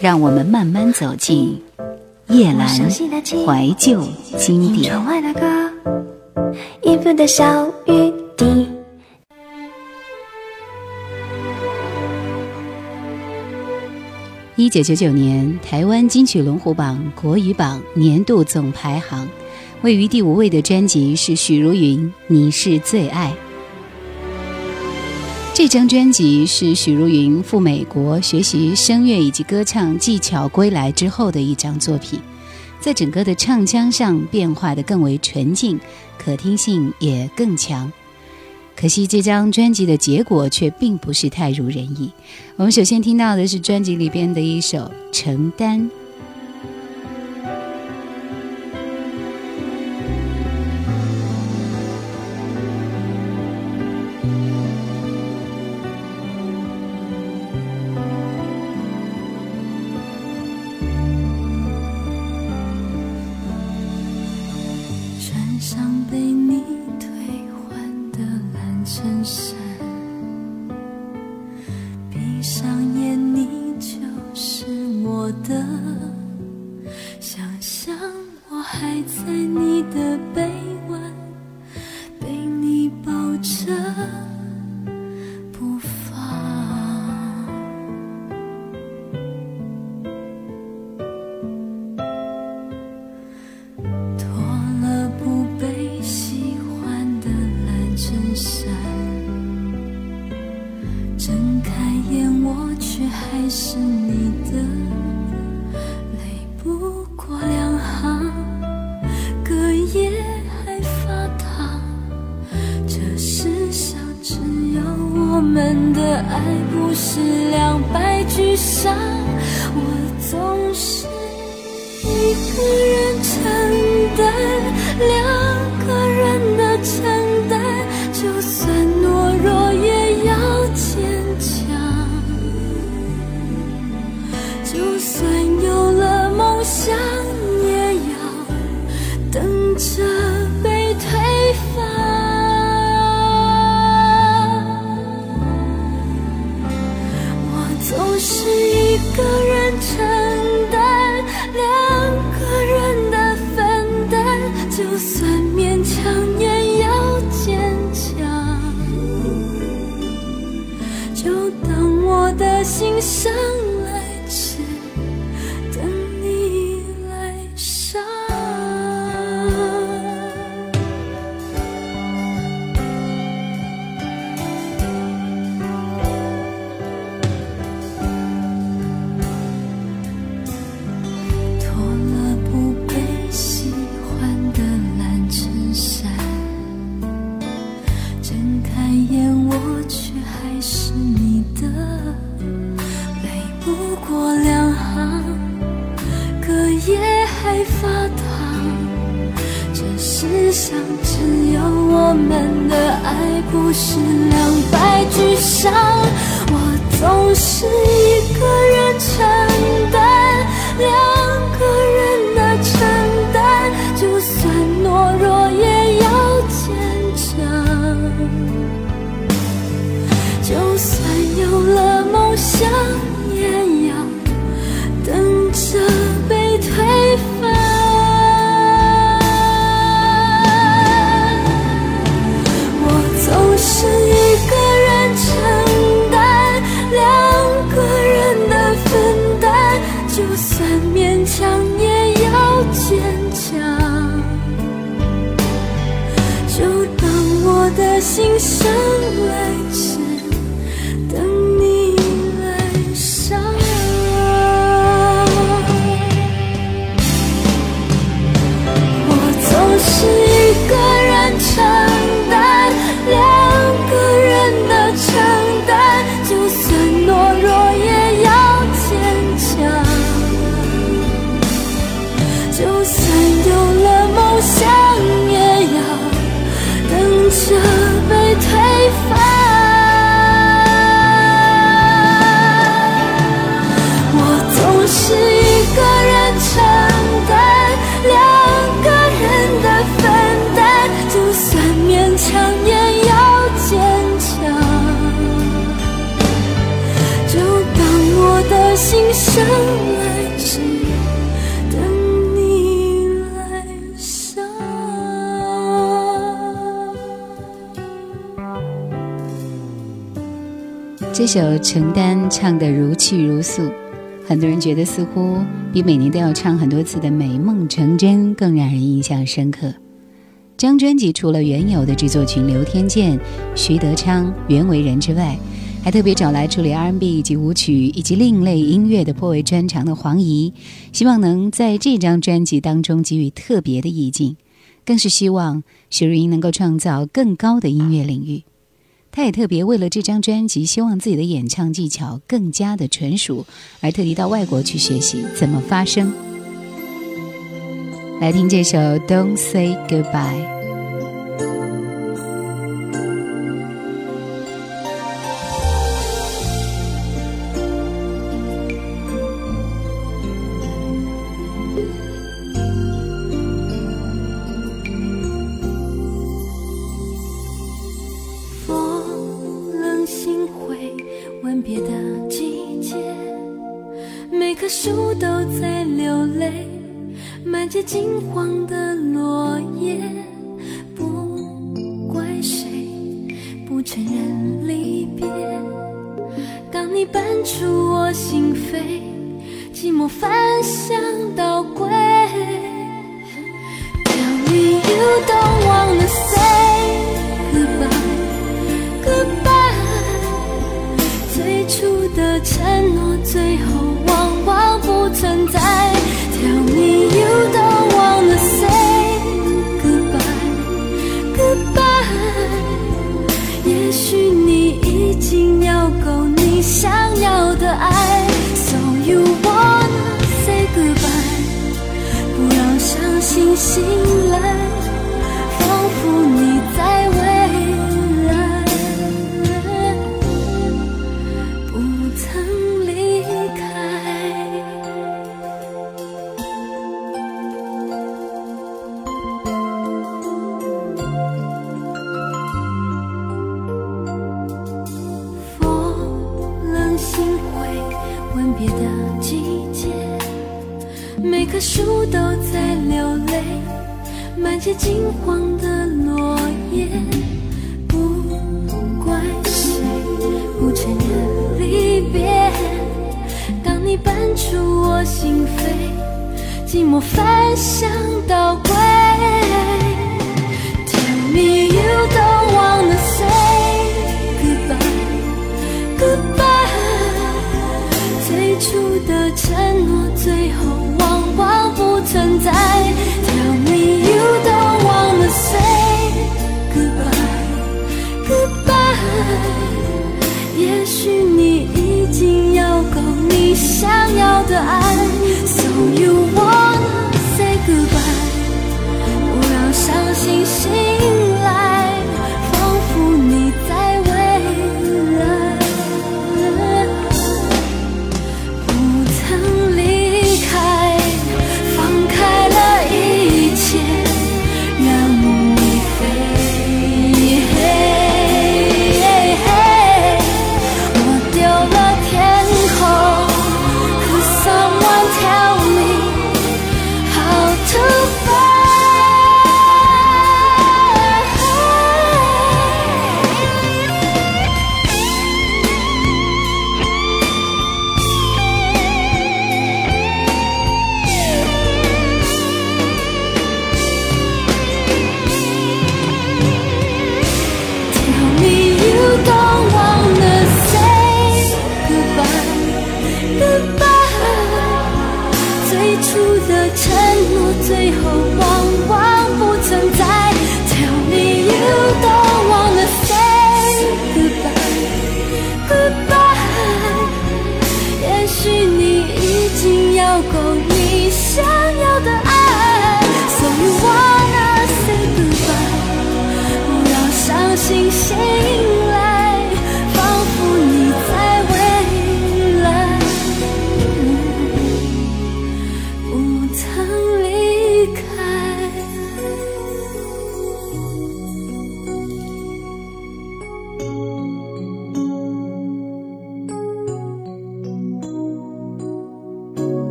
让我们慢慢走进夜阑怀旧经典。 衣服的小雨滴。 1999年台湾金曲龙虎榜国语榜年度总排行，位于第5位的专辑是许茹芸《你是最爱》。这张专辑是许茹芸赴美国学习声乐以及歌唱技巧归来之后的一张作品，在整个的唱腔上变化得更为纯净，可听性也更强。可惜这张专辑的结果却并不是太如人意。我们首先听到的是专辑里边的一首《承担》。 是一个人承担，两个人心相爱，只等你来上。 这首程丹唱得如泣如诉，很多人觉得似乎比每年都要唱很多次的《美梦成真》更让人印象深刻。这张专辑除了原有的制作群刘天健、徐德昌、袁惟仁之外，还特别找来处理 R&B 以及舞曲以及另类音乐的颇为专长的黄怡，希望能在这张专辑当中给予特别的意境，更是希望许茹芸能够创造更高的音乐领域。他也特别为了这张专辑，希望自己的演唱技巧更加的纯熟，而特地到外国去学习怎么发声。来听这首 Don't Say Goodbye。 别的季节，每棵树都在流泪，满街金黄的落叶，不怪谁不承认离别。当你搬出我心扉，寂寞翻箱倒柜。Tell me you don't wanna say goodbye, goodbye。最初的承诺，最后往往不存在。Tell me you don't wanna say goodbye, goodbye。也许你已经要够你想要的爱 ，So you wanna say goodbye， 不让伤心醒来，仿佛你在未来。别的季节，每棵树都在流泪，满街金黄的落叶，不怪谁不承认离别。当你搬出我心扉，寂寞翻箱倒柜。Tell me you don't wanna say goodbye, goodbye。最初的承诺，最后往往不存在。Tell me you don't wanna say goodbye, goodbye。也许你已经要够你想要的爱 ，So you wanna say goodbye， 不让伤心醒来，仿佛你在未来。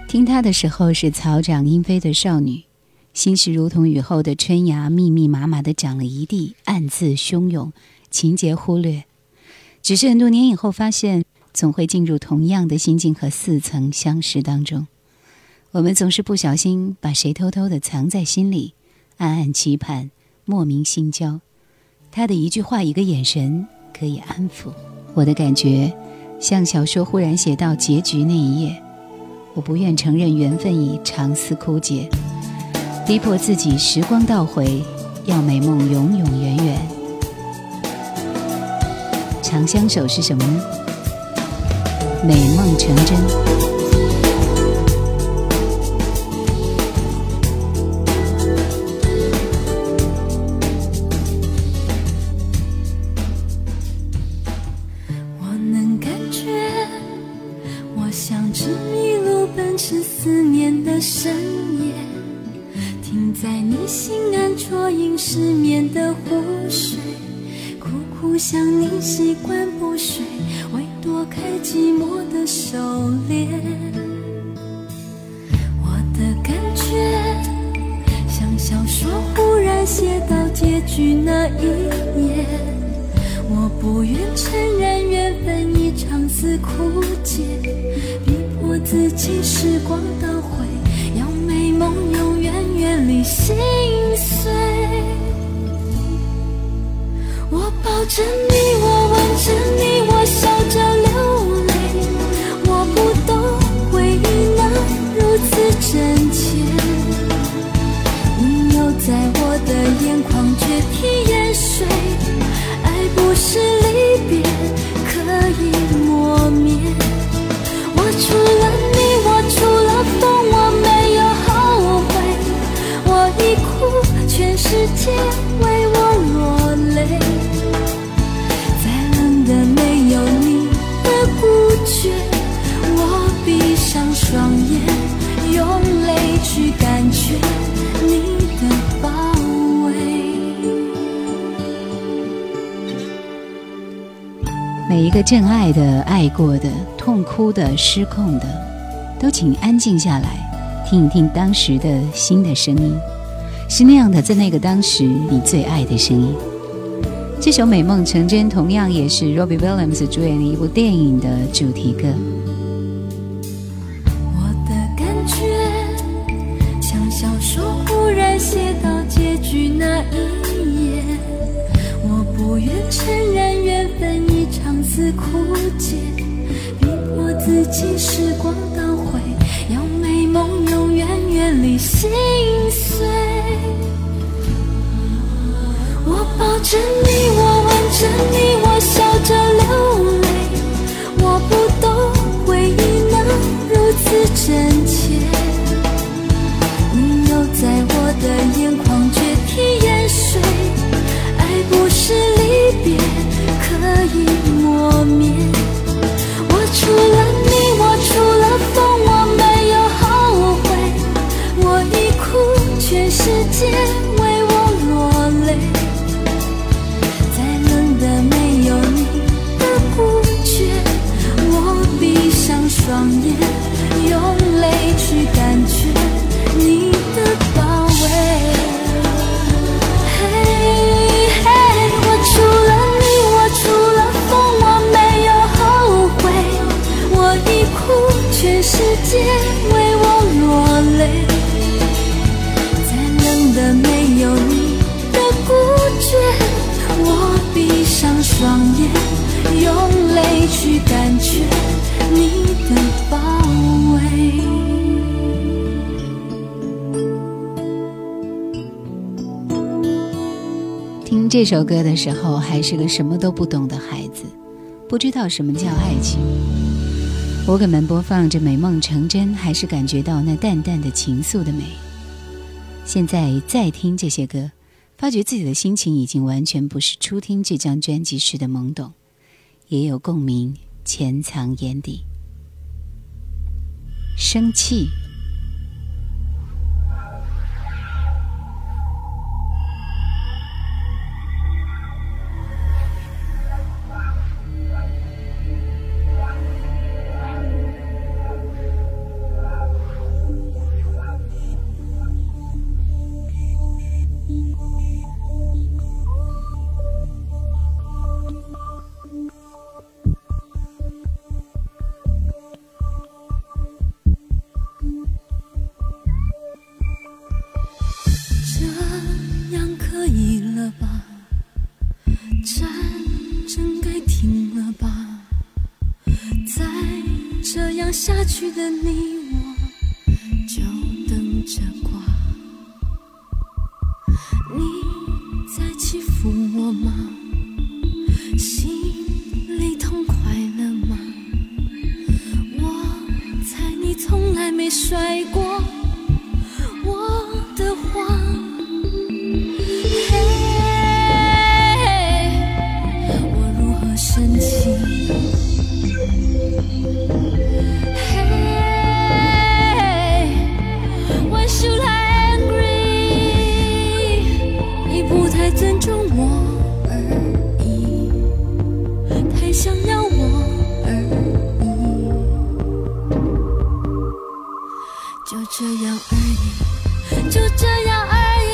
听她的时候是草长莺飞的少女，心事如同雨后的春芽，密密麻麻地长了一地，暗自汹涌，情节忽略。只是很多年以后发现，总会进入同样的心境和似曾相识当中。我们总是不小心把谁偷偷地藏在心里，暗暗期盼，莫名心焦。他的一句话一个眼神可以安抚我的感觉，像小说忽然写到结局那一页，我不愿承认缘分已长思枯竭，逼迫自己时光倒回，要美梦永永远远。长相守是什么呢？美梦成真。 深夜，停在你心安啜饮失眠的湖水，苦苦想你习惯不睡，为躲开寂寞的狩猎。我的感觉像小说忽然写到结局那一页，我不愿承认缘分已长思枯竭，逼迫自己时光倒回，要美梦永远远离心碎。我抱着你，我吻着你，我笑着流泪，我不懂回忆那如此真切，你又在我的眼眶决堤淹水，爱不是离别可以磨灭。我除了你，我除了风，我没有后悔，我已哭，全世界为我落泪，再冷的没有你的孤绝，我闭上双眼，用泪去感觉你的包围。 每一个真爱的、爱过的、痛哭的、失控的，都请安静下来，听一听当时的心的声音，是那样的，在那个当时你最爱的声音。这首《美梦成真》同样也是 Robbie Williams 主演的一部电影的主题歌。 我的感觉像小说忽然写到结局那一页，我不愿承认缘分已长思枯竭，逼迫自己时光倒回，要美梦永远远离心碎。我抱着你，我吻着你，我笑着流泪，我不懂回忆那如此真切，你又在我的眼眶决堤淹水，爱不是离别可以磨灭。我除了你，我除了风，我没有后悔，我已哭，全世界为我落泪，再冷的没有你的孤绝，我闭上双眼，用泪去感觉你的包围。我除了你，我除了风，我没有后悔，我已哭，全世界为我落泪，再冷的没有你的孤绝，我闭上双眼，用泪去感觉你的包围。 听这首歌的时候，还是个什么都不懂的孩子，不知道什么叫爱情。我给们播放着《美梦成真》，还是感觉到那淡淡的情愫的美。现在再听这些歌，发觉自己的心情已经完全不是初听这张专辑时的懵懂，也有共鸣潜藏眼底。生气， 下去的你我就等着挂。你在欺负我吗？心里痛快了吗？我猜你从来没摔过我的谎。我如何生气？Why should I angry？ 你不太尊重我而已，太想要我而已，就这样而已，就这样而已。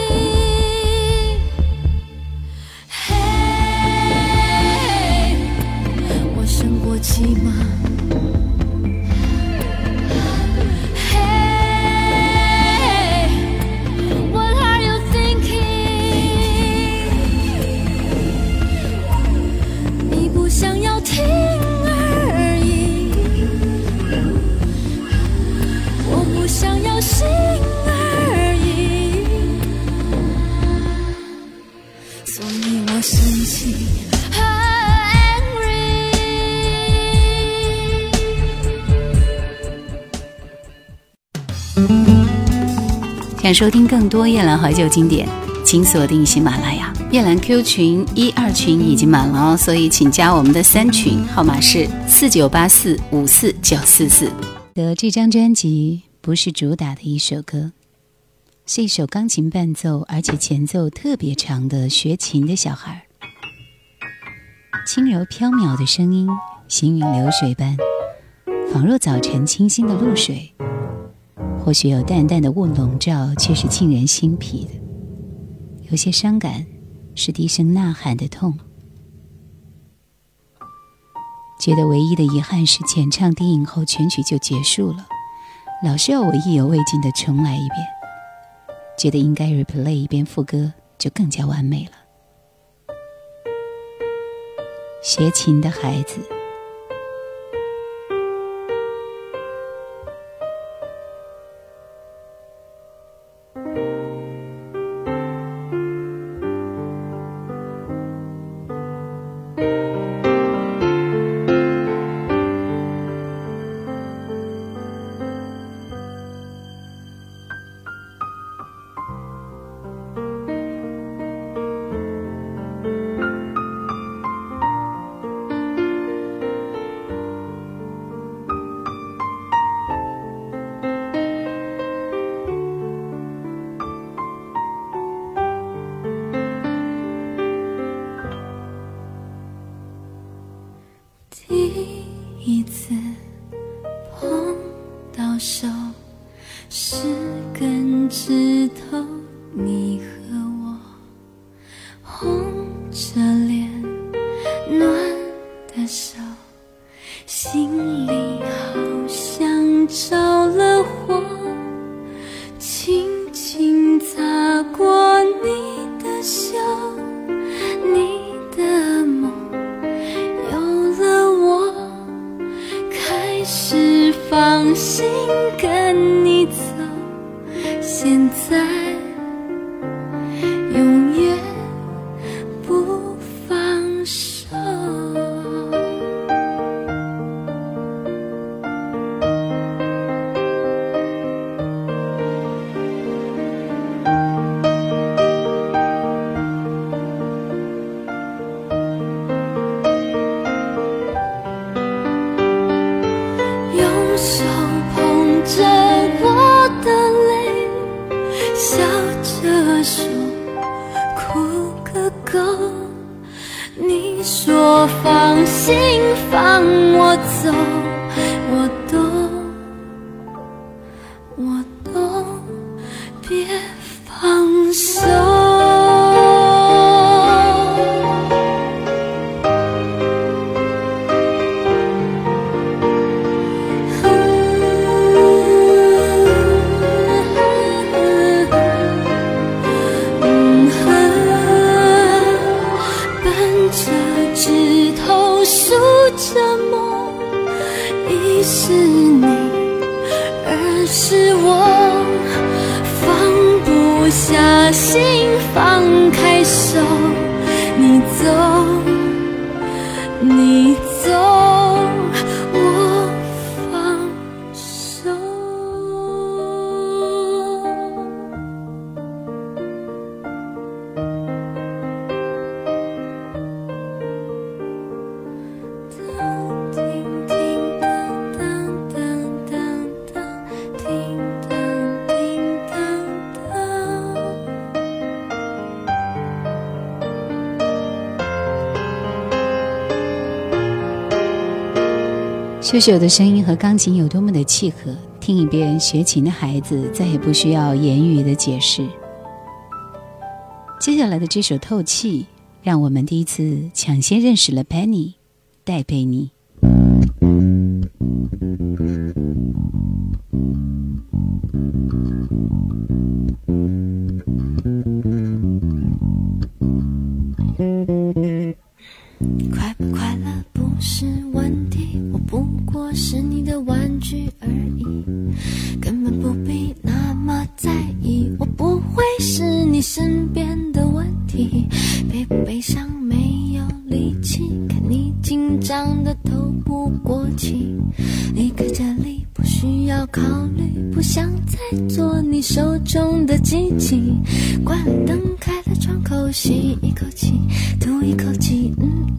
我生过气吗？What are you thinking？ 你不想要听而已，我不想要信而已，所以我生气。 想收听更多夜兰怀旧经典，请锁定喜马拉雅。夜兰 Q 群1、2群已经满了哦，所以请加我们的3群，号码是4984549944。的这张专辑不是主打的一首歌，是一首钢琴伴奏，而且前奏特别长的学琴的小孩，轻柔飘渺的声音，行云流水般，仿若早晨清新的露水。或许有淡淡的雾笼罩，却是沁人心脾的。有些伤感，是低声呐喊的痛。觉得唯一的遗憾是前唱低吟后全曲就结束了，老是要我意犹未尽的重来一遍。觉得应该 replay 一遍副歌就更加完美了。学琴的孩子， 一次碰到手，10根指头，你和我红着脸，暖的手，心里好像着了火，轻轻擦过你的袖，你的梦是放心跟你走，现在永远不放手。手捧着我的泪，笑着说哭个够。你说放心放我走，我都别放手。指头数着梦，一时我下心放开手，你走，你走，我放手。 秀秀的声音和钢琴有多么的契合，听一遍学琴的孩子再也不需要言语的解释。接下来的这首透气让我们第一次抢先认识了 Penny 戴佩妮。 快不快乐不是问题，我不过是你的玩具而已，根本不必那么在意，我不会是你身边的问题，悲不悲伤没有力气，看你紧张的透不过气，离开这里不需要考虑，不想再做你手中的机器，关了灯开了窗口，吸一口气吐一口气，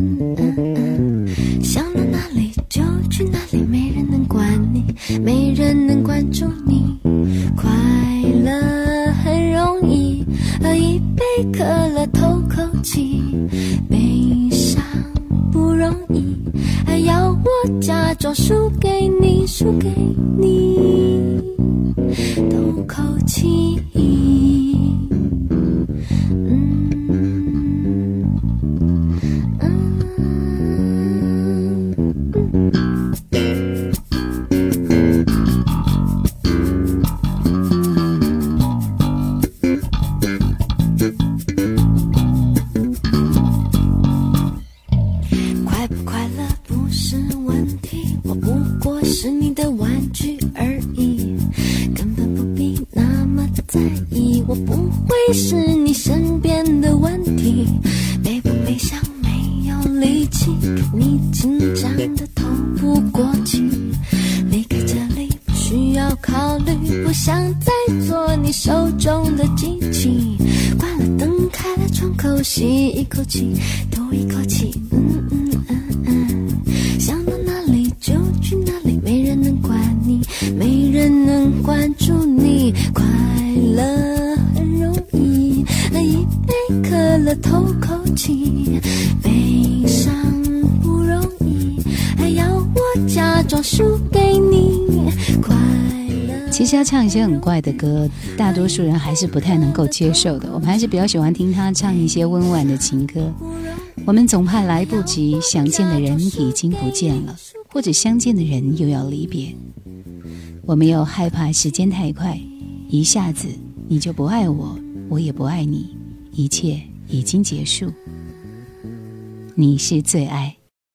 想到哪里就去哪里，没人能管你，没人能关注你，快乐很容易，喝一杯可乐透口气，悲伤不容易，还要我假装输给你，输给你，透口气。是你身边的问题，悲不悲伤没有力气，看你紧张的透不过气，离开这里不需要考虑，不想再做你手中的机器，关了灯开了窗口，吸一口气吐一口气，想到哪里就去哪里，没人能管你，没人能关注你，快乐很容易，喝一杯可乐透口气，悲伤不容易，还要我假装输给你，快乐。 其实要唱一些很怪的歌，大多数人还是不太能够接受的，我们还是比较喜欢听他唱一些温婉的情歌。我们总怕来不及，想见的人已经不见了，或者相见的人又要离别，我们又害怕时间太快，一下子你就不爱我，我也不爱你，一切已经结束。你是最爱。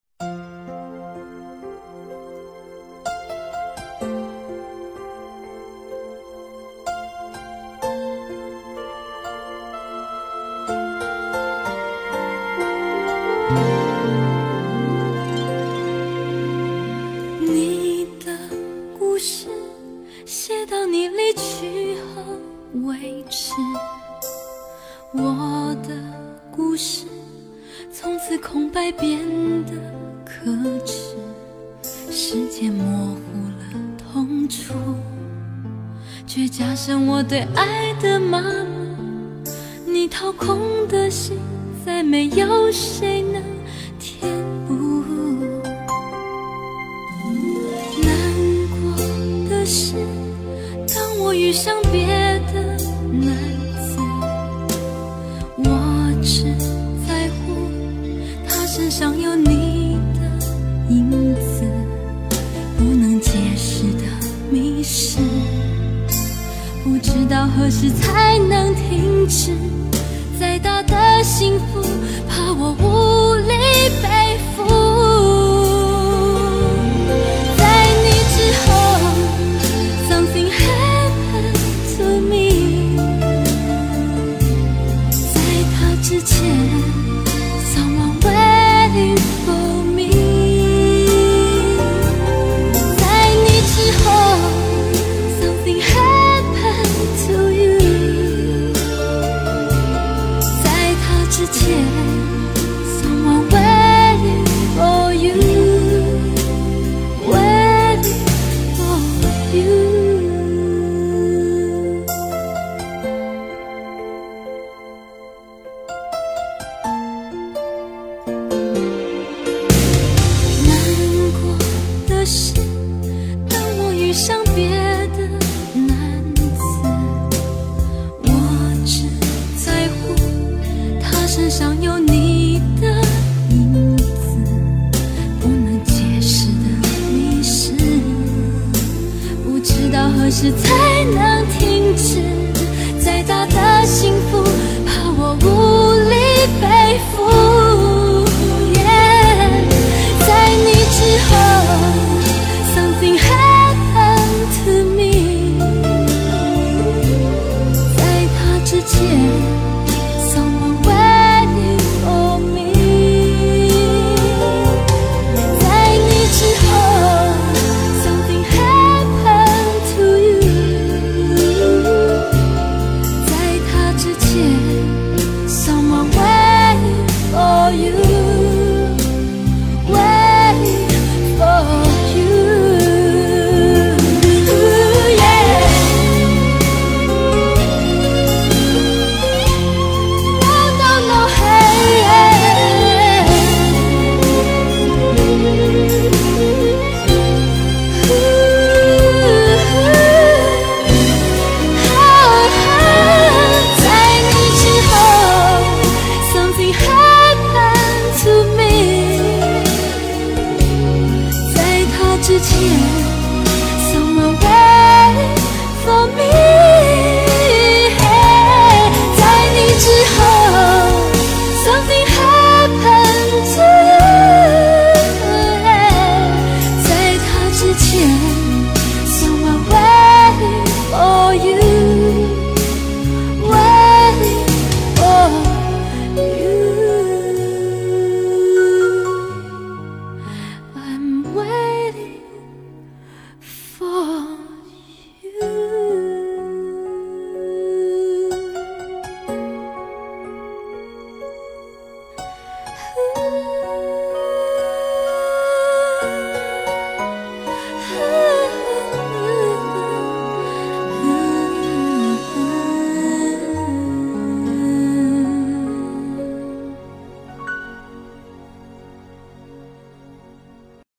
你的故事写到你离去后为止，我的故事从此空白变得可耻，时间模糊了痛楚，却加深我对爱的麻木，你掏空的心再没有谁能填补，难过的是当我遇上别的男子，我只在乎他身上有你的影子，不能解释的迷失，不知道何时才能停止，再大的幸福怕我无力背负，在你之后 Something happened to me， 世界，送我